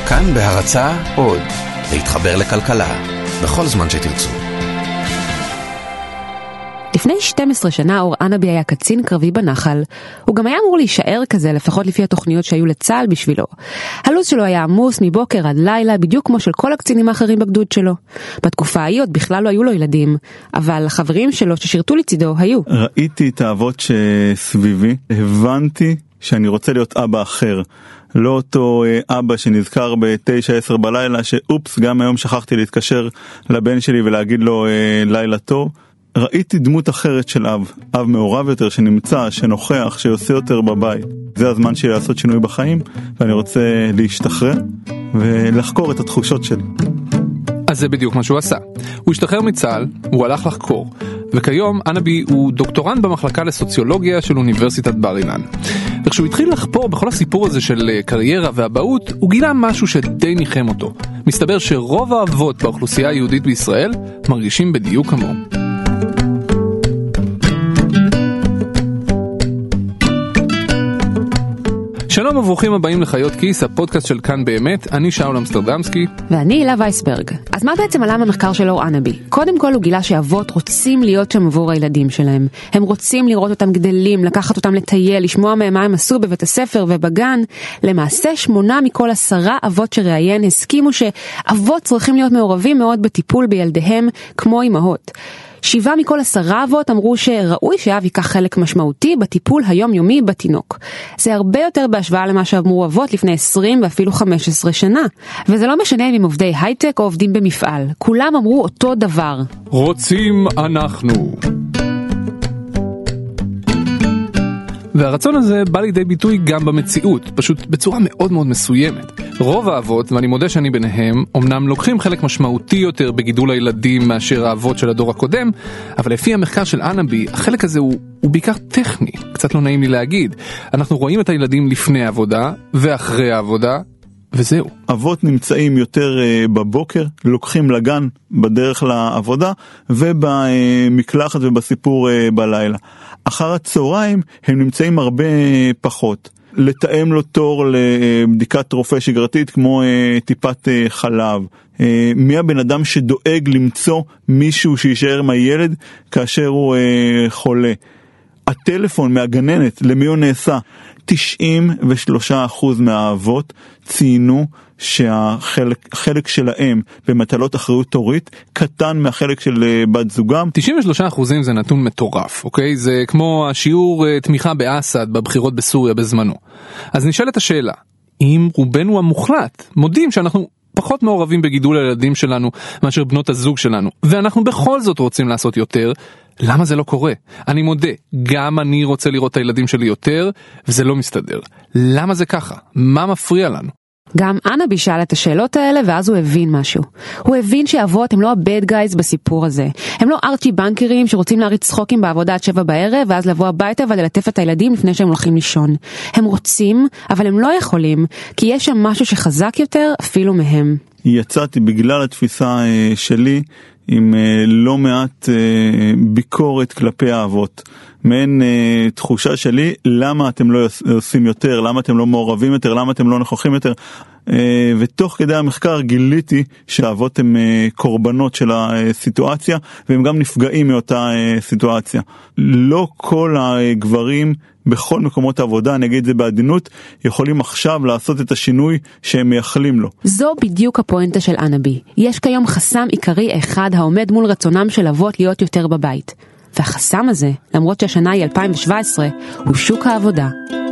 כאן בהרצאה עוד, להתחבר לכלכלה, בכל זמן שתרצו. לפני 12 שנה אור ענבי היה קצין קרבי בנחל. הוא גם היה אמור להישאר כזה, לפחות לפי התוכניות שהיו לצה"ל בשבילו. הלו"ז שלו היה עמוס מבוקר עד לילה, בדיוק כמו של כל הקצינים האחרים בגדוד שלו. בתקופה ההיא עוד בכלל לא היו לו ילדים, אבל החברים שלו ששירתו לצידו היו. ראיתי את האבות שסביבי, הבנתי שאני רוצה להיות אבא אחר. לא אותו אבא שנזכר ב-9-10 בלילה, שאופס, גם היום שכחתי להתקשר לבן שלי ולהגיד לו לילה טוב. ראיתי דמות אחרת של אב מעורב יותר, שנמצא, שנוכח, שעושה יותר בבית. זה הזמן שלי לעשות שינוי בחיים, ואני רוצה להשתחרר ולחקור את התחושות שלי. אז זה בדיוק מה שהוא עשה. הוא השתחרר מצה"ל, הוא הלך לחקור, וכיום ענבי הוא דוקטורנט במחלקה לסוציולוגיה של אוניברסיטת בר אילן. וכשהוא התחיל לחפור בכל הסיפור הזה של קריירה והבאות, הוא גילה משהו שדי ניחם אותו. מסתבר שרוב האבות באוכלוסייה היהודית בישראל מרגישים בדיוק כמוהו. שלום וברוכים הבאים לחיות כיס, הפודקאסט של כאן באמת. אני שאול אמסטרדמסקי. ואני הילה וייסברג. אז מה בעצם עלה מהמחקר של אור ענבי? קודם כל הוא גילה שאבות רוצים להיות שם עבור הילדים שלהם. הם רוצים לראות אותם גדלים, לקחת אותם לטייל, לשמוע מהם מה הם עשו בבית הספר ובגן. למעשה 8 מכל 10 אבות שראיין הסכימו שאבות צריכים להיות מעורבים מאוד בטיפול בילדיהם כמו אמהות. 7 מכל 10 אבות אמרו שראוי שאב ייקח חלק משמעותי בטיפול היומיומי בתינוק. זה הרבה יותר בהשוואה למה שאמרו אבות לפני 20 ואפילו 15 שנה. וזה לא משנה אם הם עובדי הייטק או עובדים במפעל. כולם אמרו אותו דבר. רוצים אנחנו. והרצון הזה בא לידי ביטוי גם במציאות, פשוט בצורה מאוד מאוד מסוימת. רוב האבות, ואני מודה שאני ביניהם, אמנם לוקחים חלק משמעותי יותר בגידול הילדים מאשר האבות של הדור הקודם, אבל לפי המחקר של ענבי, החלק הזה הוא בעיקר טכני, קצת לא נעים לי להגיד. אנחנו רואים את הילדים לפני העבודה ואחרי העבודה, וזהו. אבות נמצאים יותר בבוקר, לוקחים לגן בדרך לעבודה, ובמקלחת ובסיפור בלילה. אחר הצהריים הם נמצאים הרבה פחות. לתאם לו תור לבדיקת רופא שגרתית כמו טיפת חלב. מי הבן אדם שדואג למצוא מישהו שישאר מהילד כאשר הוא חולה. הטלפון מהגננת, למי הוא נעשה? 93% מהאבות ציינו שהחלק שלהם במטלות אחריות הורית קטן מהחלק של בת זוגם. 93% זה נתון מטורף, אוקיי? זה כמו השיעור תמיכה באסד בבחירות בסוריה בזמנו. אז נשאלת השאלה, אם רובנו המוחלט מודים שאנחנו פחות מעורבים בגידול הילדים שלנו מאשר בנות הזוג שלנו, ואנחנו בכל זאת רוצים לעשות יותר, למה זה לא קורה? אני מודה, גם אני רוצה לראות את הילדים שלי יותר, וזה לא מסתדר. למה זה ככה? מה מפריע לנו? גם ענבי שאל את השאלות האלה, ואז הוא הבין משהו. הוא הבין שאבות הם לא הבד גייז בסיפור הזה. הם לא ארצ'י בנקרים שרוצים להריץ צחוקים בעבודה עד 7 בערב, ואז לבוא הביתה וללטף את הילדים לפני שהם הולכים לישון. הם רוצים, אבל הם לא יכולים, כי יש שם משהו שחזק יותר אפילו מהם. יצאתי בגלל התפיסה שלי עם לא מעט ביקורת כלפי האבות. מעין תחושה שלי, למה אתם לא עושים יותר, למה אתם לא מעורבים יותר, למה אתם לא נוכחים יותר. ותוך כדי המחקר גיליתי שהאבות הם קורבנות של הסיטואציה, והם גם נפגעים מאותה סיטואציה. לא כל הגברים בכל מקומות העבודה, אני אגיד את זה בעדינות, יכולים עכשיו לעשות את השינוי שהם מייחלים לו. זו בדיוק הפואנטה של ענבי. יש כיום חסם עיקרי אחד העומד מול רצונם של אבות להיות יותר בבית. והחסם הזה, למרות שהשנה היא 2017, הוא שוק העבודה.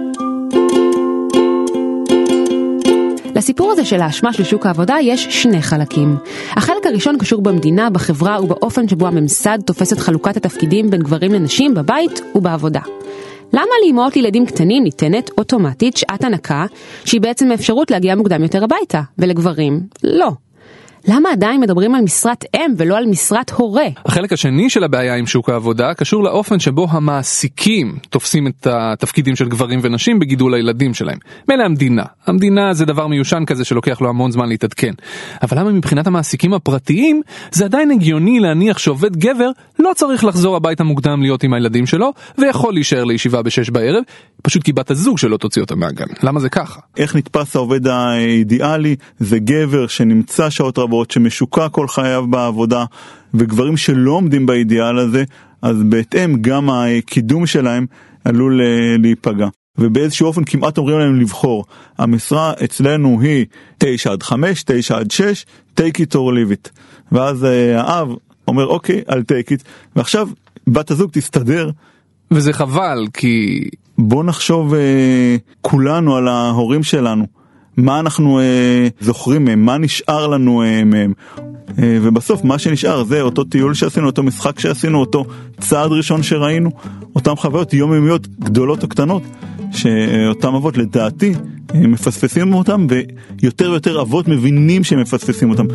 לסיפור הזה של האשמה של שוק העבודה יש 2 חלקים. החלק הראשון קשור במדינה, בחברה ובאופן שבו הממסד תופס את חלוקת התפקידים בין גברים לנשים בבית ובעבודה. למה לאמהות לילדים קטנים ניתנת אוטומטית שעת הנקה, שהיא בעצם האפשרות להגיע מוקדם יותר הביתה, ולגברים לא? למה עדיין מדברים על משרת אם ולא על משרת הורה? החלק השני של הבעיה עם שוק העבודה קשור לאופן שבו המעסיקים תופסים את התפקידים של גברים ונשים בגידול הילדים שלהם. מילא המדינה זה דבר מיושן כזה שלוקח לו המון זמן להתעדכן. אבל למה מבחינת המעסיקים הפרטיים זה עדיין הגיוני להניח שעובד גבר לא צריך לחזור הביתה מוקדם להיות עם הילדים שלו ויכול להישאר לישיבה ב-6 בערב, פשוט כי בת הזוג שלו תוציא אותה מהגן. למה זה ככה? איך נתפס העובד האידיאלי? זה גבר שנמצא שעות רבות, שמשוקע כל חייו בעבודה, וגברים שלא עומדים באידיאל הזה, אז בהתאם גם הקידום שלהם עלול להיפגע. ובאיזשהו אופן כמעט אומרים להם לבחור. המשרה אצלנו היא 9 עד 5, 9 עד 6, take it or leave it. ואז האב אומר אוקיי, I'll take it, ועכשיו בת הזוג תסתדר. וזה חבל, כי בוא נחשוב כולנו על ההורים שלנו. מה אנחנו זוכרים מהם, מה נשאר לנו מהם. ובסוף מה שנשאר זה אותו טיול שעשינו, אותו משחק שעשינו, אותו צעד ראשון שראינו, אותם חוויות יומיומיות גדולות או קטנות, שאותם אבות לדעתי מפספסים אותם, ויותר ויותר אבות מבינים שהם מפספסים אותם.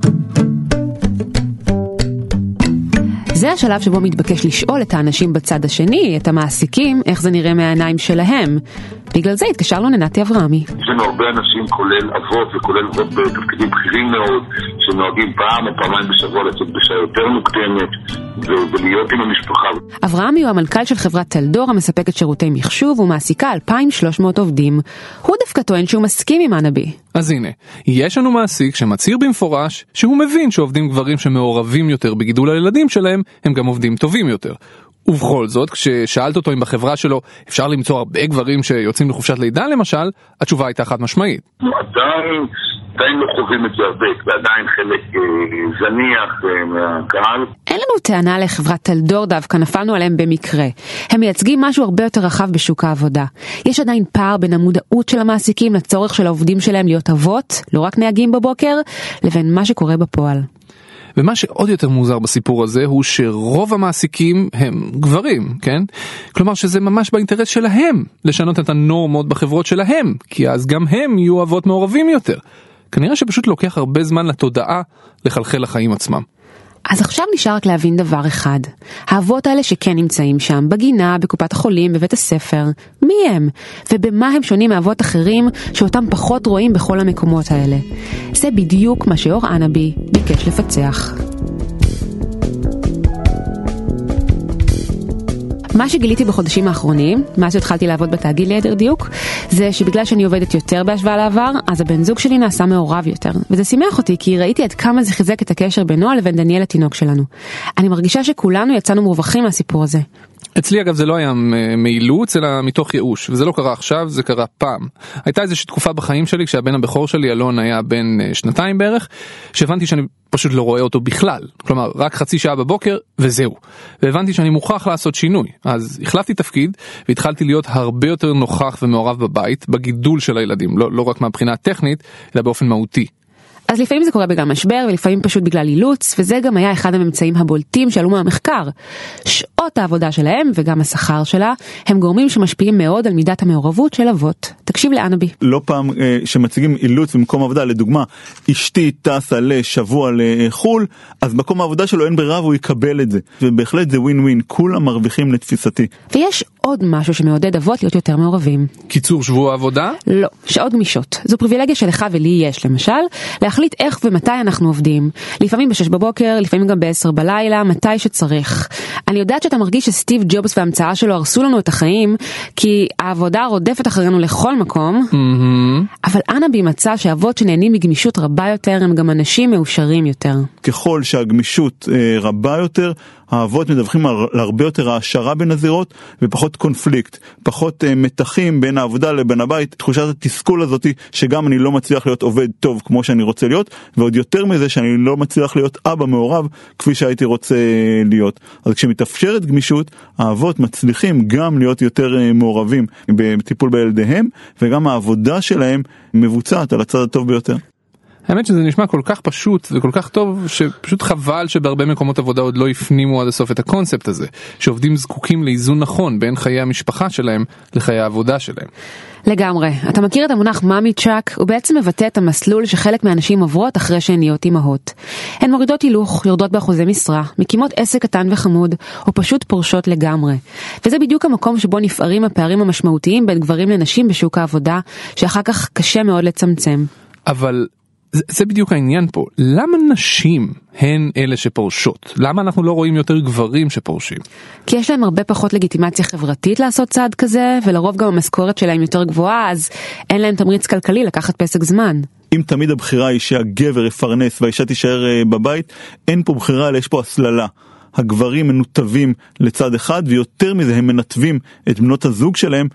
זה השלב שבו מתבקש לשאול את האנשים בצד השני, את המעסיקים, איך זה נראה מהעיניים שלהם. בגלל זה התקשרנו לנתי אברהמי. יש לנו הרבה אנשים, כולל אבות וכולל אבות בתפקידים בכירים מאוד, שנוהגים פעם או פעמיים בשבוע לצאת בשעה יותר מוקדמת ולהיות עם המשפחה. אברהמי הוא המנכ"ל של חברת טלדור המספקת שירותי מחשוב ומעסיקה 2,300 עובדים. הוא דווקא טוען שהוא מסכים עם אנבי. אז הנה, יש לנו מעסיק שמצהיר במפורש שהוא מבין שעובדים גברים שמעורבים יותר בגידול הילדים שלהם הם גם עובדים טובים יותר. ובכל זאת, כששאלת אותו אם בחברה שלו אפשר למצוא הרבה גברים שיוצאים לחופשת לידה למשל, התשובה הייתה חד משמעית. עדיין לא חווים את זה הרבה, ועדיין חלק זניח מהקהל. אין לנו טענה לחברת טלדור דווקא, נפלנו עליהם במקרה. הם מייצגים משהו הרבה יותר רחב בשוק העבודה. יש עדיין פער בין המודעות של המעסיקים לצורך של העובדים שלהם להיות אבות, לא רק נהגים בבוקר, לבין מה שקורה בפועל. ומה שעוד יותר מוזר בסיפור הזה הוא שרוב המעסיקים הם גברים, כן? כלומר שזה ממש באינטרס שלהם לשנות את הנורמות בחברות שלהם, כי אז גם הם יהיו אבות מעורבים יותר. כנראה שפשוט לוקח הרבה זמן לתודעה לחלחל לחיים עצמם. אז עכשיו נשאר רק להבין דבר אחד. האבות האלה שכן נמצאים שם, בגינה, בקופת החולים, בבית הספר, מי הם? ובמה הם שונים מאבות אחרים שאותם פחות רואים בכל המקומות האלה? זה בדיוק מה שאור אנבי ביקש לפצח. מה שגיליתי בחודשים האחרונים, מאז שהתחלתי לעבוד בתאגיד ליתר דיוק, זה שבגלל שאני עובדת יותר בהשוואה לעבר, אז הבן זוג שלי נעשה מעורב יותר. וזה שימח אותי, כי ראיתי עד כמה זה חיזק את הקשר בינו לבין דניאל התינוק שלנו. אני מרגישה שכולנו יצאנו מרווחים מהסיפור הזה. אצלי אגב זה לא היה מאילוץ, אלא מתוך ייאוש, וזה לא קרה עכשיו, זה קרה פעם. הייתה איזושהי תקופה בחיים שלי, כשהבן הבכור שלי, אלון, היה בן 2 בערך, שהבנתי שאני פשוט לא רואה אותו בכלל. כלומר, רק חצי שעה בבוקר, וזהו. והבנתי שאני מוכרח לעשות שינוי. אז החלפתי תפקיד, והתחלתי להיות הרבה יותר נוכח ומעורב בבית, בגידול של הילדים, לא רק מהבחינה הטכנית, אלא באופן מהותי. אז לפעמים זה קורה בגלל משבר, ולפעמים פשוט בגלל אילוץ, וזה גם היה אחד הממצאים הבולטים שעלו מהמחקר. שעות העבודה שלהם, וגם השכר שלה, הם גורמים שמשפיעים מאוד על מידת המעורבות של אבות. תקשיב לאנבי. לא פעם שמציגים אילוץ במקום עבודה, לדוגמה, אשתי טסה לשבוע לחול, אז מקום העבודה שלו אין ברירה והוא יקבל את זה. ובהחלט זה ווין ווין, כולם מרוויחים לתפיסתי. ויש עוד משהו שמעודד אבות להיות יותר מעורבים. קיצור שבוע עבודה? לא, שעות גמישות. זו פריבילגיה שלך ולי יש, למשל, להחליט איך ומתי אנחנו עובדים. לפעמים ב-6 בבוקר, לפעמים גם ב-10 בלילה, מתי שצריך. אני יודעת שאתה מרגיש שסטיב ג'ובס וההמצאה שלו הרסו לנו את החיים, כי העבודה רודפת אחרינו לכל מקום, אבל אנבי מצא שאבות שנהנים מגמישות רבה יותר, הם גם אנשים מאושרים יותר. ככל שהגמישות רבה יותר, האבות מדווחים על הרבה יותר העשרה בין הזירות, ופחות קונפליקט, פחות מתחים בין העבודה לבין הבית, תחושת התסכול הזאת שגם אני לא מצליח להיות עובד טוב כמו שאני רוצה להיות, ועוד יותר מזה שאני לא מצליח להיות אבא מעורב כפי שהייתי רוצה להיות. אז כשמתאפשרת גמישות, האבות מצליחים גם להיות יותר מעורבים בטיפול בילדיהם, וגם העבודה שלהם מבוצעת על הצד הטוב ביותר. האמת שזה נשמע כל כך פשוט וכל כך טוב, שפשוט חבל שבהרבה מקומות עבודה עוד לא הפנימו עד הסוף את הקונספט הזה, שעובדים זקוקים לאיזון נכון בין חיי המשפחה שלהם לחיי העבודה שלהם. לגמרי. אתה מכיר את המונח מאמי צ'אק? הוא בעצם מבטא את המסלול שחלק מהנשים עוברות אחרי שהן נהיות אימהות. הן מורידות הילוך, יורדות באחוזי משרה, מקימות עסק קטן וחמוד, או פשוט פורשות לגמרי. וזה בדיוק המקום שבו נפערים הפערים המשמעותיים בין גברים לנשים בשוק העבודה, שאחר כך קשה מאוד לצמצם. אבל זה בדיוק העניין פה. למה נשים הן אלה שפורשות? למה אנחנו לא רואים יותר גברים שפורשים? כי יש להם הרבה פחות לגיטימציה חברתית לעשות צעד כזה, ולרוב גם המשכורת שלהם יותר גבוהה, אז אין להם תמריץ כלכלי לקחת פסק זמן. אם תמיד הבחירה היא שהגבר יפרנס והאישה תישאר בבית, אין פה בחירה אלא יש פה הסללה. הגברים מנותבים לצד אחד, ויותר מזה הם מנתבים את בנות הזוג שלהם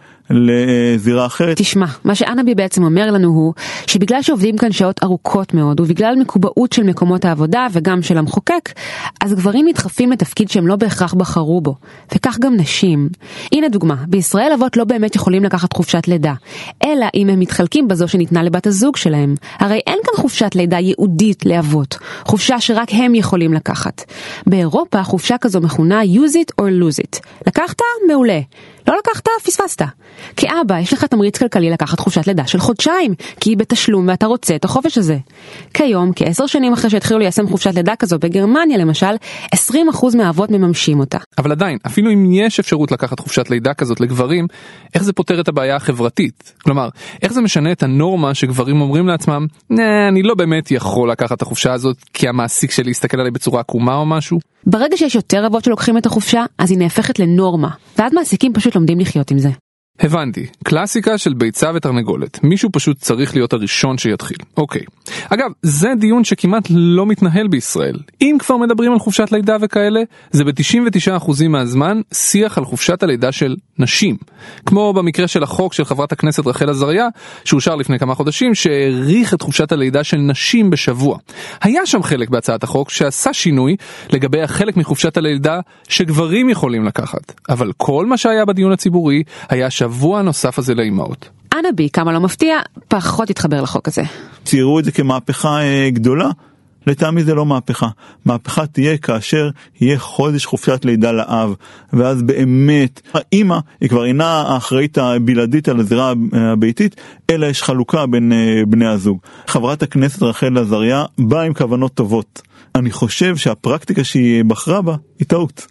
לזירה אחרת. תשמע, מה שאנבי בעצם אומר לנו הוא, שבגלל שעובדים כאן שעות ארוכות מאוד, ובגלל מקובעות של מקומות העבודה וגם של המחוקק, אז גברים נדחפים לתפקיד שהם לא בהכרח בחרו בו, וכך גם נשים. הנה דוגמה, בישראל אבות לא באמת יכולים לקחת חופשת לידה, אלא אם הם מתחלקים בזו שניתנה לבת הזוג שלהם. הרי אין כאן חופשת לידה ייעודית לאבות, חופשה שרק הם יכולים לקחת. באירופה חופשה כזו מכונה use it or lose it. לקחת? מעולה. לא לקחת? פספסת. כאבא, יש לך תמריץ כלכלי לקחת חופשת לידה של חודשיים, כי היא בתשלום ואתה רוצה את החופש הזה. כיום, כ10 שנים אחרי שהתחילו ליישם חופשת לידה כזו בגרמניה למשל, 20% מהאבות מממשים אותה. אבל עדיין, אפילו אם יש אפשרות לקחת חופשת לידה כזאת לגברים, איך זה פותר את הבעיה החברתית? כלומר, איך זה משנה את הנורמה שגברים אומרים לעצמם, אני לא באמת יכול לקחת את החופשה הזאת, כי המעסיק שלי יסתכל עליי בצורה עקומה או משהו? ברגע שיש יותר אבות שלוקחים את החופשה, אז היא נהפכת לנורמה, ואז מעסיקים פשוט לומדים לחיות עם זה. הבנתי, קלאסיקה של ביצה ותרנגולת, מישהו פשוט צריך להיות הראשון שיתחיל. אוקיי. אגב, זה דיון שכמעט לא מתנהל בישראל. אם כבר מדברים על חופשת לידה וכאלה, זה ב-99% מהזמן שיח על חופשת הלידה של נשים. כמו במקרה של החוק של חברת הכנסת רחל עזריה, שאושר לפני כמה חודשים, שהאריך את חופשת הלידה של נשים בשבוע. היה שם חלק בהצעת החוק שעשה שינוי לגבי החלק מחופשת הלידה שגברים יכולים לקחת. אבל כל מה שהיה בדיון הציבורי היה שבוע נוסף הזה לאימהות. אנבי, כמה לא מפתיע, פחות התחבר לחוק הזה. ציירו את זה כמהפכה גדולה. לטעמי זה לא מהפכה. מהפכה תהיה כאשר יהיה חודש חופשת לידה לאב, ואז באמת האמא היא כבר אינה האחראית הבלעדית על הזירה הביתית, אלא יש חלוקה בין בני הזוג. חברת הכנסת רחל עזריה באה עם כוונות טובות. אני חושב שהפרקטיקה שהיא בחרה בה היא טעות,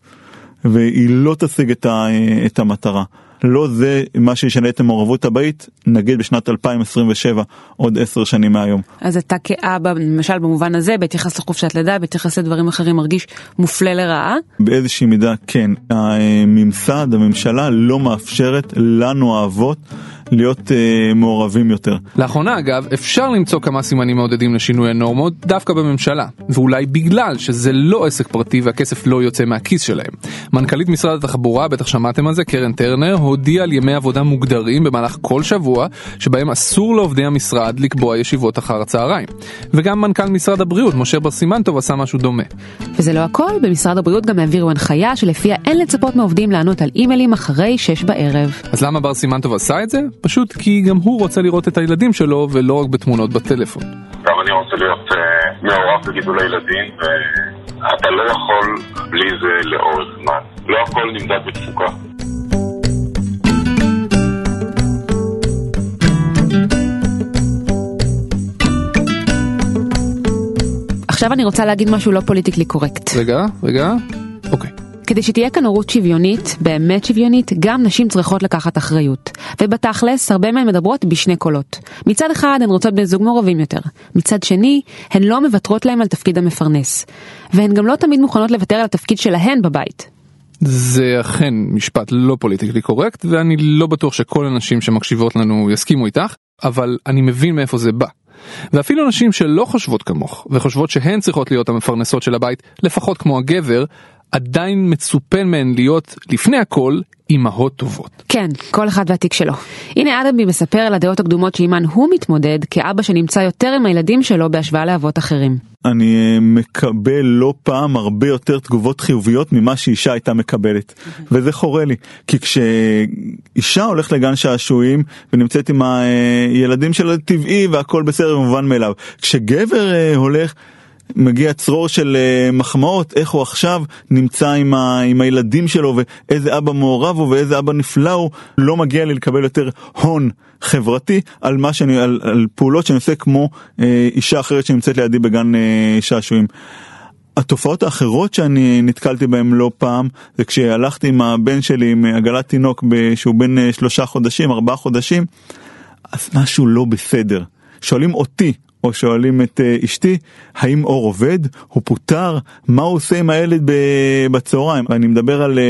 והיא לא תשיג את המטרה. לא זה מה שישנה את המעורבות הבית, נגיד בשנת 2027, עוד 10 שנים מהיום. אז אתה כאבא, למשל במובן הזה, בהתייחס לחופשת לידה, בהתייחס לדברים אחרים, מרגיש מופלה לרעה? באיזושהי מידה, כן. הממסד, הממשלה, לא מאפשרת לנו האבות להיות מעורבים יותר. לאחרונה אגב, אפשר למצוא כמה סימנים מעודדים לשינוי הנורמות דווקא בממשלה, ואולי בגלל שזה לא עסק פרטי והכסף לא יוצא מהכיס שלהם. מנכ"לית משרד התחבורה, בטח שמעתם על זה, קרן טרנר, הודיעה על ימי עבודה מוגדרים במהלך כל שבוע, שבהם אסור לעובדי המשרד לקבוע ישיבות אחר הצהריים. וגם מנכ"ל משרד הבריאות, משה בר סימן-טוב, עשה משהו דומה. וזה לא הכל, במשרד הבריאות גם העבירו הנחיה שלפיה אין לצפות מעובדים לענות על אימיילים אחרי 6 בערב. אז למה בר סימן-טוב עשה את זה? פשוט כי גם הוא רוצה לראות את הילדים שלו ולא רק בתמונות בטלפון. גם אני רוצה להיות מעורב בגידול הילדים, ואתה לא יכול בלי זה לאורך זמן. לא הכל נמדד בתפוקה. עכשיו אני רוצה להגיד משהו לא פוליטיקלי קורקט. רגע, אוקיי. כדי שתהיה כאן הורות שוויונית, באמת שוויונית, גם נשים צריכות לקחת אחריות. ובתכלס, הרבה מהן מדברות בשני קולות. מצד אחד, הן רוצות בני זוג מעורבים יותר. מצד שני, הן לא מוותרות להם על תפקיד המפרנס. והן גם לא תמיד מוכנות לוותר על התפקיד שלהן בבית. זה אכן משפט לא פוליטיקלי קורקט, ואני לא בטוח שכל הנשים שמקשיבות לנו יסכימו איתך, אבל אני מבין מאיפה זה בא. ואפילו נשים שלא חושבות כמוך, וחושבות שהן צריכות להיות המפרנסות של הבית, לפחות כמו הגבר, עדיין מצופן מהן להיות, לפני הכל, אימהות טובות. כן, כל אחד והתיק שלו. הנה אדמי מספר על הדעות הקדומות שעימן הוא מתמודד, כאבא שנמצא יותר עם הילדים שלו בהשוואה לאבות אחרים. אני מקבל לא פעם הרבה יותר תגובות חיוביות ממה שאישה הייתה מקבלת. וזה חורה לי. כי כשאישה הולך לגן שעשועים ונמצאת עם הילדים שלה טבעי והכל בסדר מובן מאליו. כשגבר הולך, מגיע צרור של מחמאות, איך הוא עכשיו נמצא עם הילדים שלו ואיזה אבא מעורב הוא ואיזה אבא נפלא הוא, לא מגיע לי לקבל יותר הון חברתי על פעולות שאני עושה כמו אישה אחרת שנמצאת לידי בגן שעשועים. התופעות האחרות שאני נתקלתי בהן לא פעם, זה כשהלכתי עם הבן שלי עם עגלת תינוק שהוא בן 3 חודשים, 4 חודשים, אז משהו לא בסדר. שואלים אותי, או שואלים את אשתי, האם אור עובד? הוא פוטר? מה הוא עושה עם הילד בצהריים? ואני מדבר על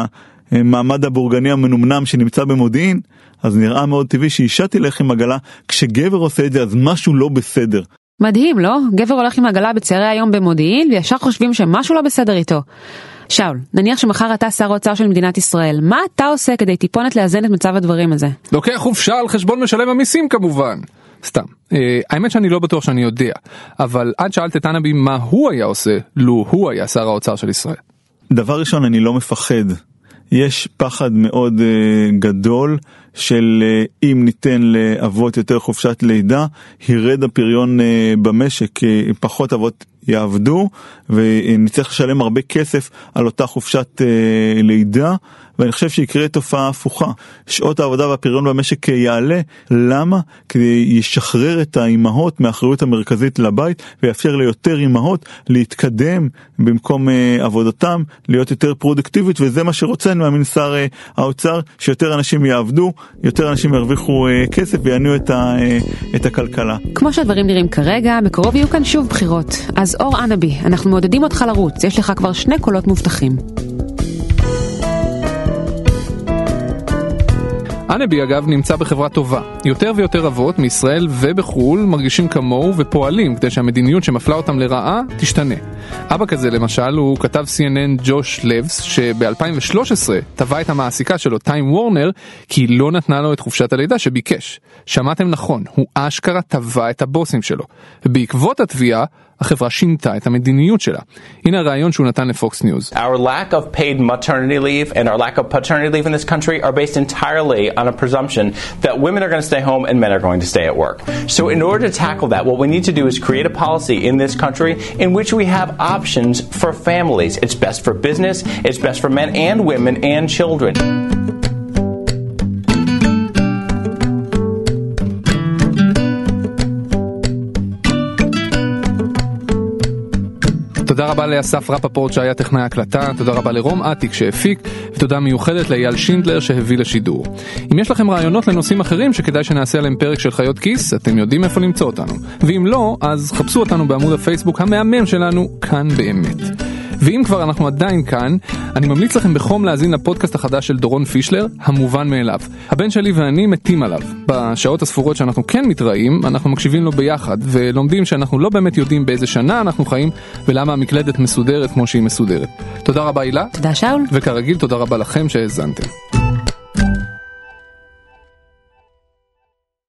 המעמד הבורגני המנומנם שנמצא במודיעין, אז נראה מאוד טבעי שאישה תלך עם עגלה, כשגבר עושה את זה אז משהו לא בסדר. מדהים, לא? גבר הולך עם עגלה בצהרי היום במודיעין, וישר חושבים שמשהו לא בסדר איתו. שאול, נניח שמחר אתה שר האוצר של מדינת ישראל, מה אתה עושה כדי טיפונת לאזן את מצב הדברים הזה? לוקח חופשה על חשבון משלם המיסים כמובן. סתם. האמת שאני לא בטוח שאני יודע, אבל עד שאלת את אנבי מה הוא היה עושה, לו הוא היה שר האוצר של ישראל. דבר ראשון, אני לא מפחד. יש פחד מאוד גדול של אם ניתן לאבות יותר חופשת לידה, ירד הפריון במשק, פחות אבות יעבדו, ונצטרך לשלם הרבה כסף על אותה חופשת לידה, ואני חושב שיקרה תופעה הפוכה. שעות העבודה והפריון במשק יעלה. למה? כדי ישחרר את האימהות מהאחריות המרכזית לבית, ויאפשר ליותר אימהות להתקדם במקום עבודתם, להיות יותר פרודקטיבית, וזה מה שרוצה, אני מאמין שר האוצר, שיותר אנשים יעבדו, יותר אנשים ירוויחו כסף ויענו את הכלכלה. כמו שהדברים נראים כרגע, בקרוב יהיו כאן שוב בחירות. אז אור אנבי, אנחנו מעודדים אותך לרוץ, יש לך כבר 2 קולות מובטחים. אנבי אגב נמצא בחברה טובה. יותר ויותר אבות מישראל ובחול מרגישים כמוהו ופועלים כדי שהמדיניות שמפלה אותם לרעה תשתנה. אבא כזה למשל הוא כתב CNN ג'וש לבס שב-2013 טבע את המעסיקה שלו טיים וורנר כי לא נתנה לו את חופשת הלידה שביקש. שמעתם נכון, הוא אשכרה טבע את הבוסים שלו. ובעקבות התביעה החברה שינתה את המדיניות שלה. הנה הרעיון שהוא נתן לפוקס ניוז. Our lack of paid maternity leave and our lack of paternity leave in this country are based entirely on a presumption that women are going to stay home and men are going to stay at work. So in order to tackle that, what we need to do is create a policy in this country in which we have options for families. It's best for business, it's best for men and women and children. תודה רבה לאסף רפפורט שהיה טכנאי הקלטה, תודה רבה לרום עתיק שהפיק, ותודה מיוחדת לאייל שינדלר שהביא לשידור. אם יש לכם רעיונות לנושאים אחרים שכדאי שנעשה עליהם פרק של חיות כיס, אתם יודעים איפה למצוא אותנו. ואם לא, אז חפשו אותנו בעמוד הפייסבוק המהמם שלנו, כאן באמת. ואם כבר אנחנו עדיין כאן, אני ממליץ לכם בחום להאזין לפודקאסט החדש של דורון פישלר, המובן מאליו. הבן שלי ואני מתים עליו. בשעות הספורות שאנחנו כן מתראים, אנחנו מקשיבים לו ביחד, ולומדים שאנחנו לא באמת יודעים באיזה שנה אנחנו חיים, ולמה המקלדת מסודרת כמו שהיא מסודרת. תודה רבה הילה. תודה שאול. וכרגיל תודה רבה לכם שהאזנתם.